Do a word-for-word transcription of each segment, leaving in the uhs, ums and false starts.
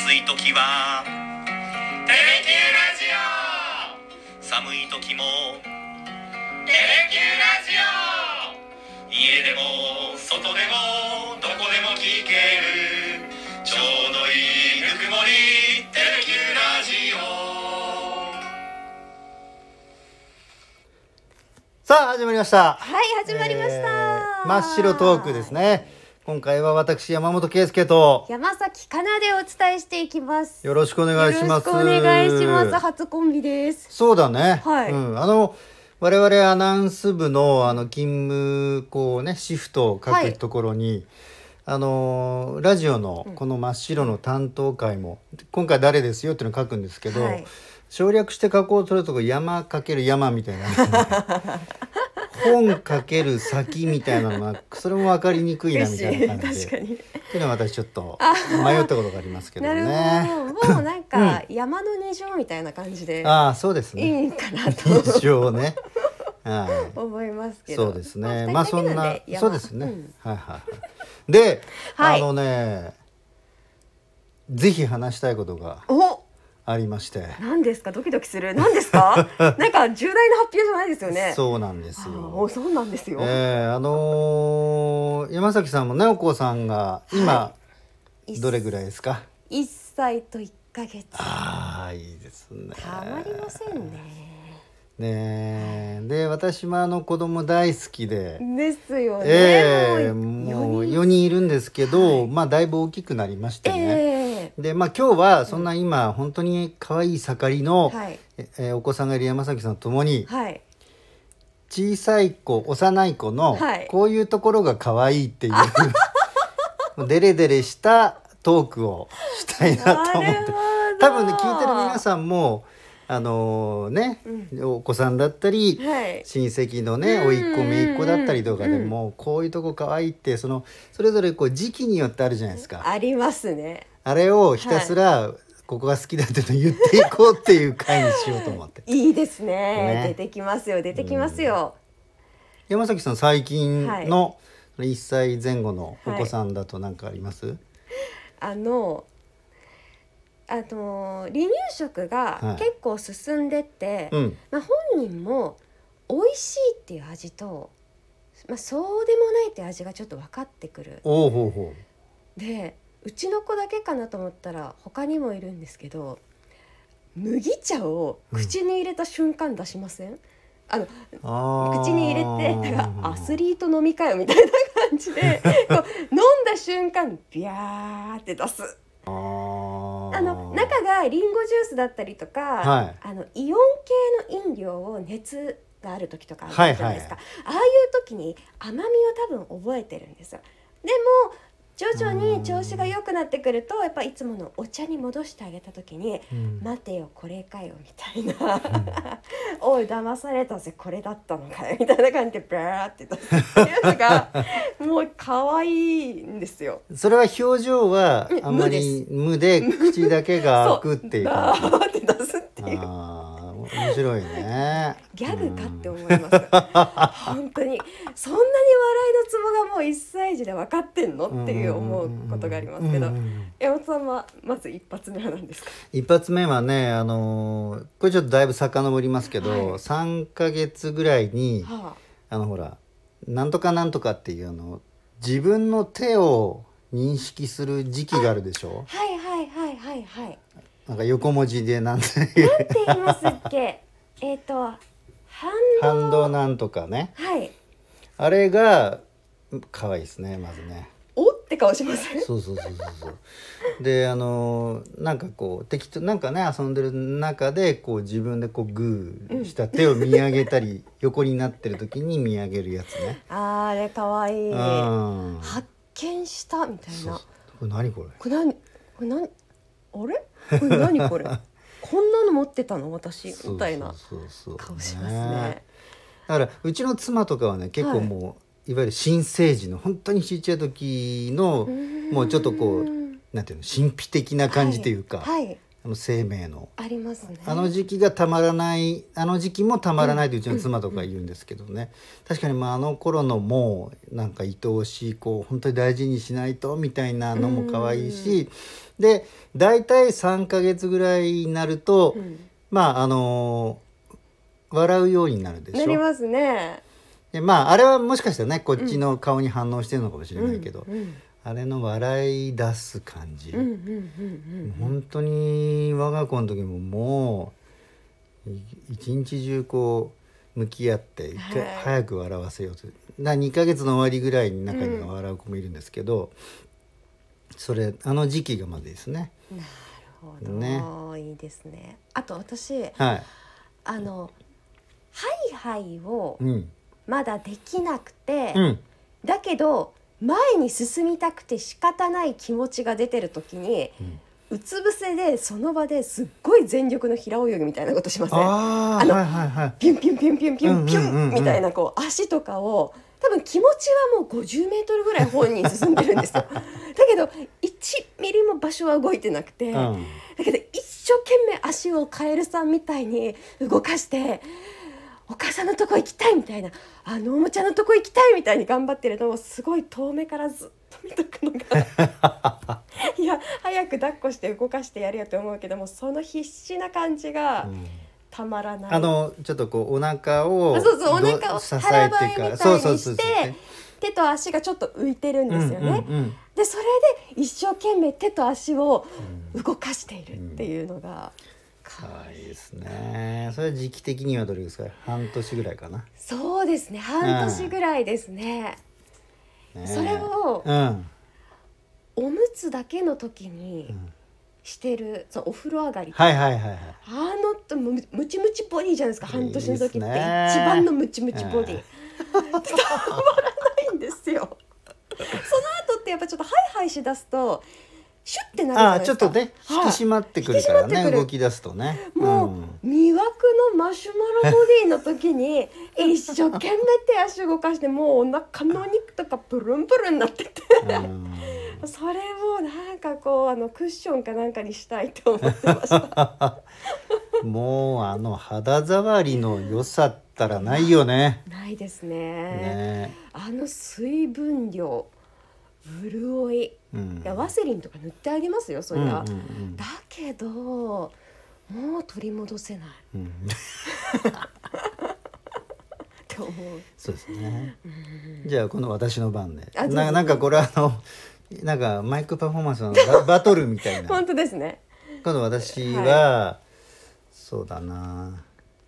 暑い時はテレキューラジオ、寒い時もテレキューラジオ、家でも外でもどこでも聞けるちょうどいいぬくもり、テレキューラジオ。 さあ始まりました。 はい始まりました、 えー、真っ白トークですね。今回は私山本圭介と山崎かなでお伝えしていきます。 よろしくお願いします。 よろしくお願いします。初コンビです。 そうだね、 はい、 うん、あの我々アナウンス部のあの勤務こうねシフトを書くところに、はい、あのラジオのこの真っ白の担当会も、うん、今回誰ですよっていうのを書くんですけど、はい、省略して書こうとすると山かける山みたいな本かける先みたいなのがそれも分かりにくいなみたいな感じでっていうのは私ちょっと迷ったことがありますけどね。 なるほど、もうなんか山の二乗みたいな感じで、うん、 ああそうですね、 いいかなと二乗ねはい、 思いますけど。 そうですね、まあそんなそうですね、うん、はいはいで、はい、あのねぜひ話したいことがおありまして。 何ですか？ドキドキする。何ですか？なんか重大な発表じゃないですよね。 そうなんですよ。 おそうなんですよ。 えー、あのー、山崎さんもねお子さんが今、はい、どれぐらいですか？ いっさいといっかげつ。 ああいいですね。 たまりませんね。 ねで私もあの子供大好きでですよね、 えー、もうよにんいるんですけど、はい、まあだいぶ大きくなりましてね、えー、でまあ今日はそんな今、うん、本当に可愛い盛りの、はい、えー、お子さんがいる山崎さんと共に、はい、小さい子幼い子のこういうところが可愛いっていう、はい、デレデレしたトークをしたいなと思って多分ね聞いてる皆さんもあのー、ね、うん、お子さんだったり、はい、親戚のね甥っ子姪っ子だったりとかでも、うん、こういうとこ可愛いってそのそれぞれこう時期によってあるじゃないですか。 ありますね。 あれをひたすら、はい、ここが好きだっての言っていこうっていう回にしようと思っていいですね。ね出てきますよ出てきますよ、 うん、山崎さん最近のいっさいぜん後のお子さんだと何かあります？はい、 あのあの離乳食が結構進んでて、はい、まあ、本人も美味しいっていう味と、まあ、そうでもないっていう味がちょっと分かってくる。 おうほうほうでうちの子だけかなと思ったら他にもいるんですけど、麦茶を口に入れた瞬間出しません？うん、あの口に入れてだからアスリート飲みかよみたいな感じでこう飲んだ瞬間ビャーって出す。あの中がリンゴジュースだったりとか、はい、あのイオン系の飲料を熱がある時とかあるじゃないですか、はいはい、ああいう時に甘みを多分覚えてるんですよ。でも徐々に調子が良くなってくるとやっぱいつものお茶に戻してあげた時に、うん、待てよこれかよみたいな、うん、おい騙されたぜこれだったのかよみたいな感じでバーって出すっていうのがもう可愛いんですよ。 それは表情はあんまり無で口だけが開くっていう感じ。 バーって出すっていう。 あ面白いね。 ギャグかって思います、うん、本当にそんなに笑いのツボがもういっさい児で分かってんのっていう思うことがありますけど、山本さんはまず一発目は何ですか？ 一発目はね、あのー、これちょっとだいぶ遡りますけど、はい、さんかげつぐらいに、はあ、あのほらなんとかなんとかっていうの自分の手を認識する時期があるでしょ。 はいはいはいはいはい。 なんか横文字でなんてなんて言いますっけえっと反動反動なんとかね、 はい、 あれが可愛いですね。まずねおって顔しますね。 そうそうそうそうであのなんかこう適当なんかね遊んでる中でこう自分でこうグーした手を見上げたり、うん、横になってる時に見上げるやつね。 あーあれ可愛い、うん、発見したみたいな。 そうそうこれ何これこれ何これ何あれこれ何これこんなの持ってたの私みたいな顔しますね。 だからうちの妻とかはね結構もう、はい、いわゆる新生児の本当にちっちゃい時のもうちょっとこうなんていうの神秘的な感じというか、はいはい、 あの生命のありますね。 あの時期がたまらないあの時期もたまらないとうちの妻とか言うんですけどね、うんうんうん、確かにまああの頃のもうなんか愛おしいこう本当に大事にしないとみたいなのも可愛いし、うん、で大体さんかげつぐらいになると、うん、まああのー、笑うようになるでしょ。 なりますね。 でまああれはもしかしたらねこっちの顔に反応してるのかもしれないけど、うんうんうん、あれの笑い出す感じ、うんうんうんうん、本当に我が子の時ももう一日中こう向き合って一回早く笑わせようと、はい、にかげつの終わりぐらいに中には笑う子もいるんですけど、うん、それあの時期がまずいですね。 なるほど、ね、いいですね。あと私、 はい、 あのハイハイをうんまだできなくて、 うん、 だけど前に進みたくて仕方ない気持ちが出てる時に、うん、うつ伏せでその場ですっごい全力の平泳ぎみたいなことしません？ ああの、 はいはいはい、 ピュンピュンピュンピュンピュンピュンみたいなこう足とかを多分気持ちはもうごじゅうメートルぐらい本人進んでるんですよ。だけどいちミリも場所は動いてなくて、うん、だけど一生懸命足をカエルさんみたいに動かしてお母さんのとこ行きたいみたいな、あのおもちゃのとこ行きたいみたいに頑張ってるのをすごい遠目からずっと見とくのがいや早く抱っこして動かしてやるよって思うけども、その必死な感じがたまらない、 うん、あのちょっとこうお腹をそうそうお腹を腹ばいみたいにして手と足がちょっと浮いてるんですよね、うんうんうん、でそれで一生懸命手と足を動かしているっていうのが、うん可愛いですね。それは時期的にはどれですか？半年ぐらいかな。 そうですね、半年ぐらいですね、うん、それを、うん、おむつだけの時にしてる、そのお風呂上がり、 はいはいはいはい、 あのムムチムチボディじゃないですか。半年の時って一番のムチムチボディ、たまらないんですよ。その後ってやっぱちょっとハイハイしだすとシュッてなるじゃないですか。 ああちょっとね引き締まってくるからね、動き出すとね。 もう、うん、魅惑のマシュマロボディの時に一生懸命手足動かしてもうお腹のお肉とかプルンプルンになっててそれをなんかこうあのクッションかなんかにしたいと思ってましたもうあの肌触りの良さったらないよね。 ないですね。 ね、 あの水分量潤い、うん、いやワセリンとか塗ってあげますよそりゃ、うんうんうん、だけどもう取り戻せない、うん、って思う。 そうですね、うん、じゃあこの私の番でな, なんかこれあのなんかマイクパフォーマンスの バ, バトルみたいな本当ですね。 今度私は、はい、そうだな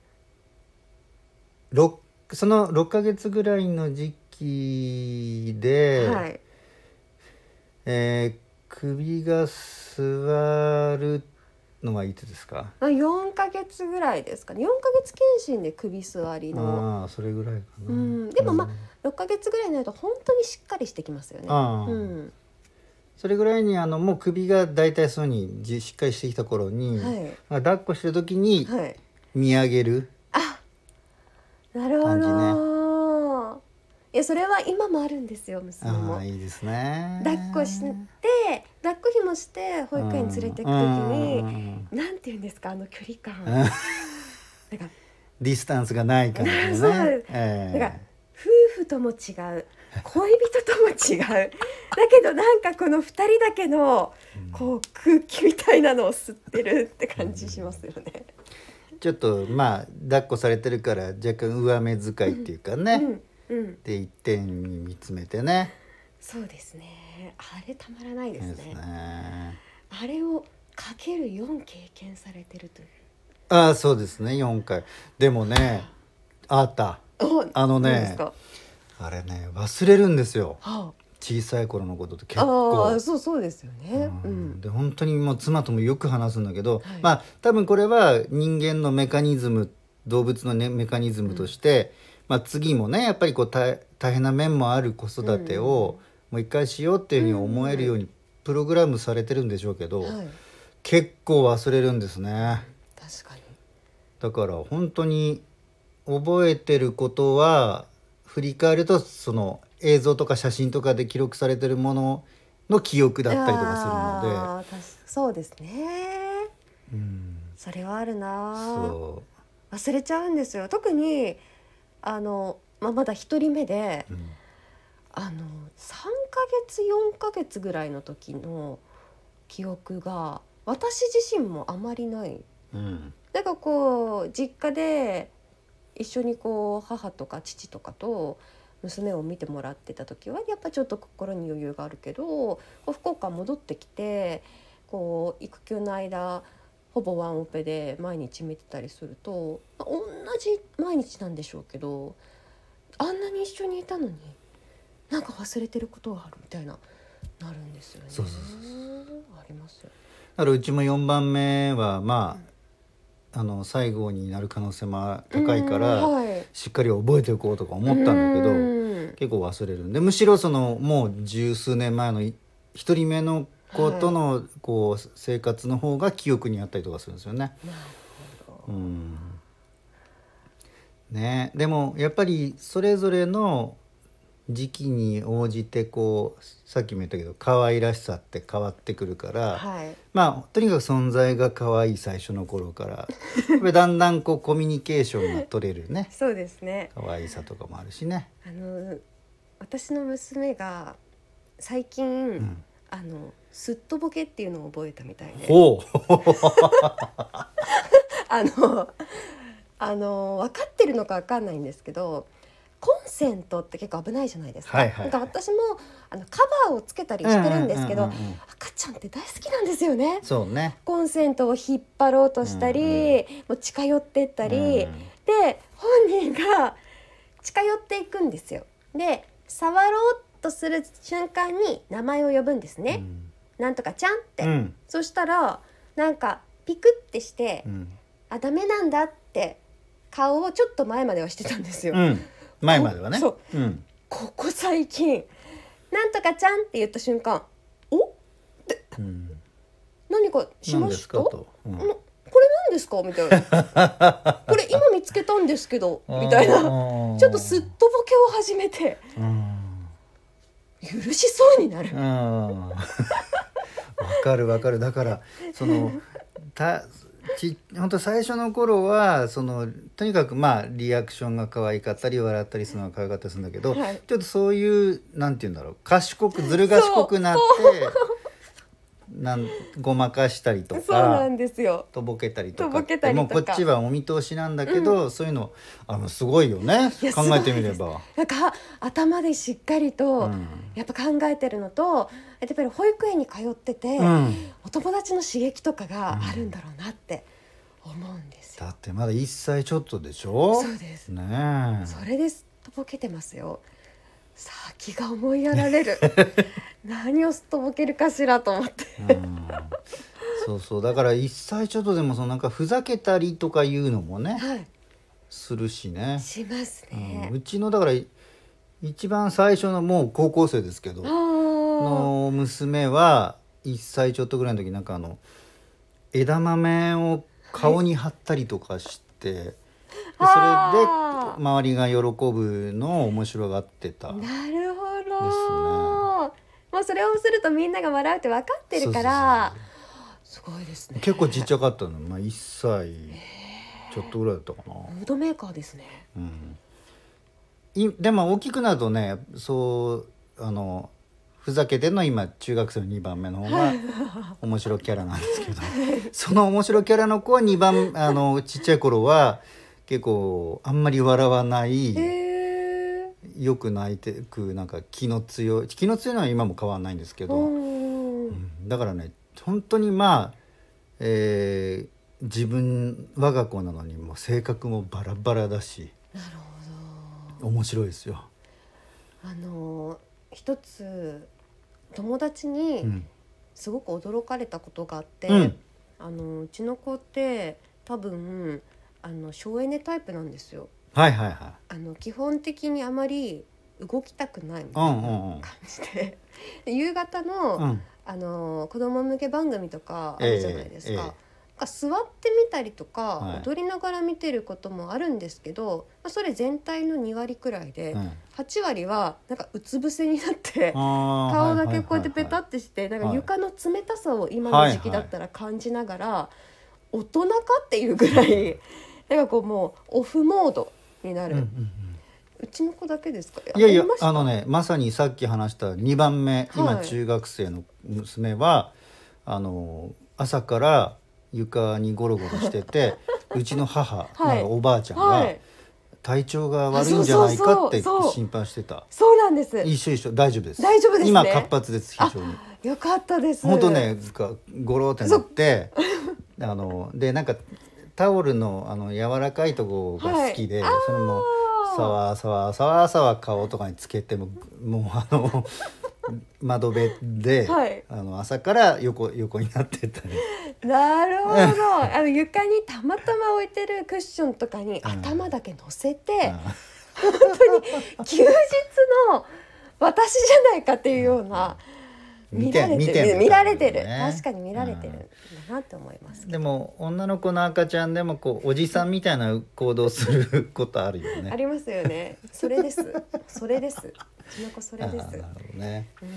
そのろっかげつぐらいの時期で、はいえー、首が座るのはいつですか？ よんかげつぐらいですかね。よんかげつ検診で首座りの。 ああそれぐらいかな、 うん、でもまあ、うん、ろっかげつぐらいになると本当にしっかりしてきますよね。 あ、うん、それぐらいにあのもう首がだいたいそうにしっかりしてきた頃に、はい、抱っこしてる時に見上げる感じね、 はい、なるほど。いやそれは今もあるんですよ。娘もあいいですね。 抱っこして抱っこひもして保育園に連れて行く時になんて言うんですかあの距離感なんかディスタンスがない感じね。 そうなんです、えー、なんか夫婦とも違う恋人とも違うだけどなんかこのふたりだけのこう空気みたいなのを吸ってるって感じしますよね。 ちょっとまあ抱っこされてるから若干上目遣いっていうかね、うんうんうん、で一点に見つめてね。 そうですね。あれたまらないですね。 ですね。 あれをかけるよん経験されてるという。 ああそうですねよんかい。でもねあったあのねあれね忘れるんですよ、はあ、小さい頃のことって結構。 あそうそうですよね、 うん、で本当にもう妻ともよく話すんだけど、はい、まあ多分これは人間のメカニズム動物の、ね、メカニズムとして、うんまあ、次もねやっぱりこう 大, 大変な面もある子育てをもう一回しようっていうふうに思えるようにプログラムされてるんでしょうけど、はい、結構忘れるんですね。 確かに。 だから本当に覚えてることは振り返るとその映像とか写真とかで記録されてるものの記憶だったりとかするので。 あそうですね。 うん、 それはあるな。 そう忘れちゃうんですよ。特にあの、まあ、まだ一人目で、うん、あのさんかげつよんかげつぐらいの時の記憶が私自身もあまりない、うん、なんかこう実家で一緒にこう母とか父とかと娘を見てもらってた時はやっぱちょっと心に余裕があるけど、こう福岡戻ってきてこう育休の間ほぼワンオペで毎日見てたりすると、まあ、同じ毎日なんでしょうけど、あんなに一緒にいたのになんか忘れてることがあるみたいななるんですよね。 そうそうそうありますよ。だからうちもよんばんめはまあ、うん、あの最後になる可能性も高いから、はい、しっかり覚えておこうとか思ったんだけど、結構忘れるんで、むしろそのもう十数年前の一人目の子とのこう生活の方が記憶にあったりとかするんですよね。なるほど。うんね、でもやっぱりそれぞれの時期に応じてこうさっきも言ったけど可愛らしさって変わってくるから、はい、まあとにかく存在が可愛い最初の頃からこれだんだんこうコミュニケーションが取れるねそうですね、 可愛さとかもあるしね。 あの私の娘が最近、うん、あのすっとぼけっていうのを覚えたみたいで、ほうあのあの分かってるのか分かんないんですけど、コンセントって結構危ないじゃないですか。はいはいはい、なんか私もあのカバーをつけたりしてるんですけど、うんうんうんうん、赤ちゃんって大好きなんですよね。 そうね。 コンセントを引っ張ろうとしたり、うんうん、もう近寄ってったり、うんうん、で本人が近寄っていくんですよ。で触ろうとする瞬間に名前を呼ぶんですね。うん、なんとかちゃんって、うん、そしたらなんかピクってして、うん、あダメなんだって顔をちょっと前まではしてたんですよ。うん、 前まではね。 そう、うん、ここ最近なんとかちゃんって言った瞬間、おって、うん、何かしました？と、うん、これ何ですかみたいなこれ今見つけたんですけどみたいなちょっとすっとぼけを始めて、うん、許しそうになる。わかるわかる。だからそのたち本当最初の頃はそのとにかくまあリアクションが可愛かったり笑ったりするのが可愛かったりするんだけど、はい、ちょっとそういうなんていうんだろう、賢くずる賢くなってなんごまかしたりとか、 そうなんですよ、 とぼけたりとかってもうこっちはお見通しなんだけど、うん、そういうのあのすごいよね、考えてみれば。 なんか頭でしっかりとやっぱ考えてるのと、やっぱり保育園に通ってて、うん、お友達の刺激とかがあるんだろうなって思うんですよ。 だってまだいっさいちょっとでしょ。 そうですね。 それですとぼけてますよ。先が思いやられる何をすっとぼけるかしらと思ってうん、 そうそう、だからいっさいちょっとでもそのなんかふざけたりとかいうのもね、はい、するしね。 しますね、 うん、うちのだから一番最初のもう高校生ですけどの娘はいっさいちょっとぐらいの時、なんかあの枝豆を顔に貼ったりとかして、はい、でそれで周りが喜ぶのを面白がってた。 なるほどですね。もうそれをするとみんなが笑うって分かってるから、すごいですね。 結構ちっちゃかったの、まあ、いっさいちょっとぐらいだったかな。 ムードメーカーですね、 うん、いでも大きくなるとね、そうあのふざけての今中学生のにばんめの方が面白キャラなんですけどその面白キャラの子はにばんあのちっちゃい頃は結構あんまり笑わない、よく泣いてく、なんか気の強い気の強いのは今も変わらないんですけど、うん、だからね本当にまあ、えー、自分我が子なのにも性格もバラバラだし、 なるほど、 面白いですよ。 あの一つ友達にすごく驚かれたことがあって、うん、あのうちの子って多分あの省エネタイプなんですよ。 はいはいはい。 あの基本的にあまり動きたくないみたいな感じで、うんうんうん、夕方の、うん、あの子供向け番組とかあるじゃないですか、えーえー座ってみたりとか、はい、踊りながら見てることもあるんですけど、まあ、それ全体のにわりくらいで、うん、はちわりはなんかうつ伏せになって顔だけこうやってペタってして、なんか床の冷たさを今の時期だったら感じながら大人かっていうぐらいなんかこうもうオフモードになる、うんうんうん、うちの子だけですか？ いやいや、あのね、まさにさっき話したにばんめ、はい、今中学生の娘はあの朝から床にゴロゴロしててうちの母、はい、おばあちゃんが、はい、体調が悪いんじゃないかって心配してた。 そうなんです。 一緒一緒、大丈夫です。 大丈夫ですね。 今活発です、非常に。 よかったです。 本当ね、ゴロってなってあのでなんかタオルのあの柔らかいところが好きで、はい、それもさわさわさわさわ顔とかにつけてももうあの窓辺で、はい、あの朝から横横になってたり。 なるほど。あの床にたまたま置いてるクッションとかに頭だけ乗せて、うん、本当に休日の私じゃないかっていうような、見られてる、見て見られてる、確かに見られてるんだなって思います、うん、 でも女の子の赤ちゃんでもこうおじさんみたいな行動することあるよね。 ありますよね。それですそれです。うちの子それです。なるほどね。うん、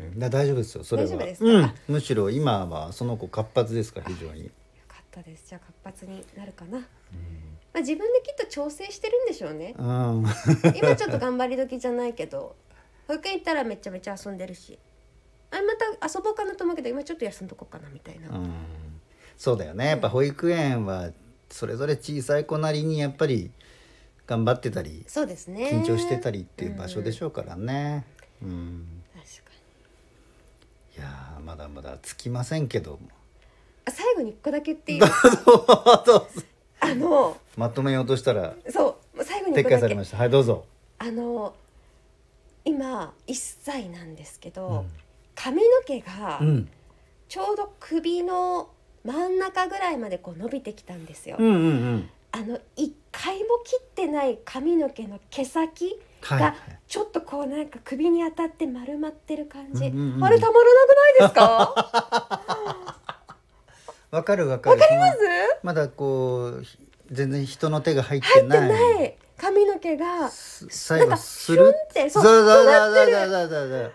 うん、だ大丈夫ですよそれは。大丈夫ですか？うん、むしろ今はその子活発ですから非常に。よかったです。じゃあ活発になるかな。うん、まあ、自分できっと調整してるんでしょうね。うん、今ちょっと頑張り時じゃないけど保育園行ったらめちゃめちゃ遊んでるし、あまた遊ぼうかなと思うけど今ちょっと休んどこうかなみたいな。うん、 そうだよね。やっぱ保育園はそれぞれ小さい子なりにやっぱり頑張ってたり、 そうですね、 緊張してたりっていう場所でしょうからね。うん、うん、 確かに。いやまだまだつきませんけど、 最後に一個だけっていうあのまとめようとしたらそう最後に一個だけ撤回されました。はいどうぞ。 あの今いっさいなんですけど、うん、髪の毛がちょうど首の真ん中ぐらいまでこう伸びてきたんですよ。 うんうんうん、 あの一回も切ってない髪の毛の毛先がちょっとこうなんか首に当たって丸まってる感じ、うんうんうん、あれたまらなくないですか？ わかるわかる。 わかります？ まだこう全然人の手が入ってない。 入ってない髪の毛が最後スルッてそうそうそうそうそうそうそう。あれたまらなく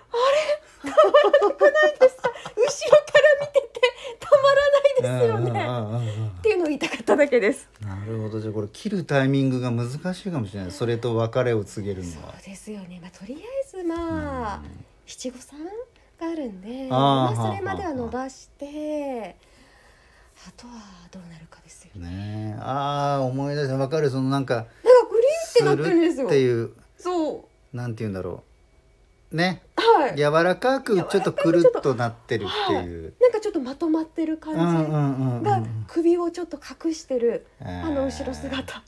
ないですか？後ろから見ててたまらないですよねっていうのを言いたかっただけです。 なるほど。じゃあこれ切るタイミングが難しいかもしれない。それと別れを告げるのは。 そうですよね。まあ、とりあえずまあ七五三があるんで、まあ、それまでは伸ばしてあとはどうなるかですよね。 ねああ思い出した。分かる。そのなんかなんかグリーンってなってるんですよ。 っていうそうなんていうんだろうね、 はい、 柔らかくちょっとくるっとなってるっていう、 はい、なんかちょっとまとまってる感じが首をちょっと隠してる、うんうんうん、あの後ろ姿。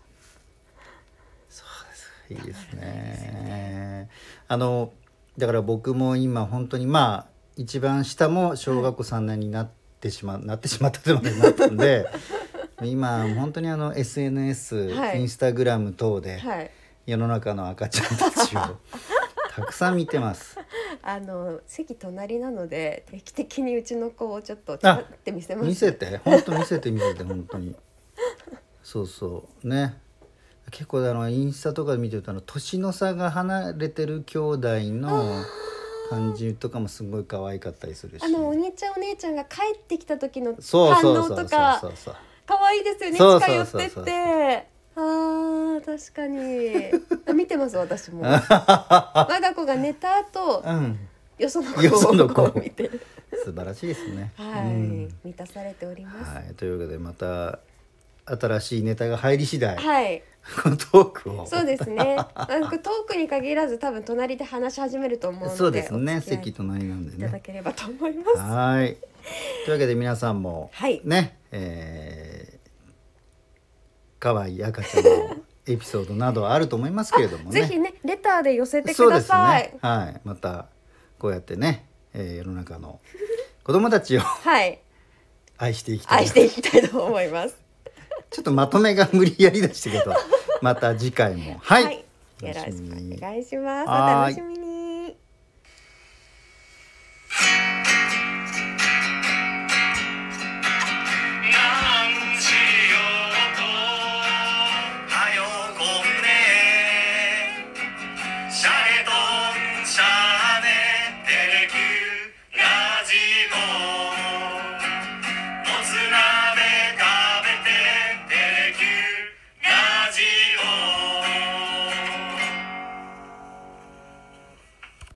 そうです。いいですね。あのだから僕も今本当にまあ一番下も小学校さんねんになってしま、はい、なってしまったというまでになったんで今本当にあの エスエヌエス、はい、インスタグラム等で、はい、世の中の赤ちゃんたちをたくさん見てます。 あの席隣なので定期的にうちの子をちょっとちらって見せます。 見せて本当見せて見せて本当にそうそうね。結構あのインスタとかで見てるとあの年の差が離れてる兄弟の感じとかもすごい可愛かったりするし、 あのお兄ちゃんお姉ちゃんが帰ってきた時の反応とか可愛いですよね。近寄ってってあー確かに見てます私も我が子が寝た後、うん、よその子を見てる素晴らしいですね。 はい、うん、満たされております。 はい、というわけでまた新しいネタが入り次第、 はい、 このトークをそうですね。なんかトークに限らず多分隣で話し始めると思うので、 そうですね。席隣なんでね。 いただければと思います。 はい。というわけで皆さんも、 はい、 ね、えー、可愛い赤ちゃんのエピソードなどあると思いますけれどもね。 ぜひねレターで寄せてください。 そうですね。はい。またこうやってね、えー、世の中の子供たちをはい、 愛していきたい。 愛していきたいと思います。 ちょっとまとめが無理やりでしたけど、また次回も、はい、 はい、よろしくお願いします。お楽しみに。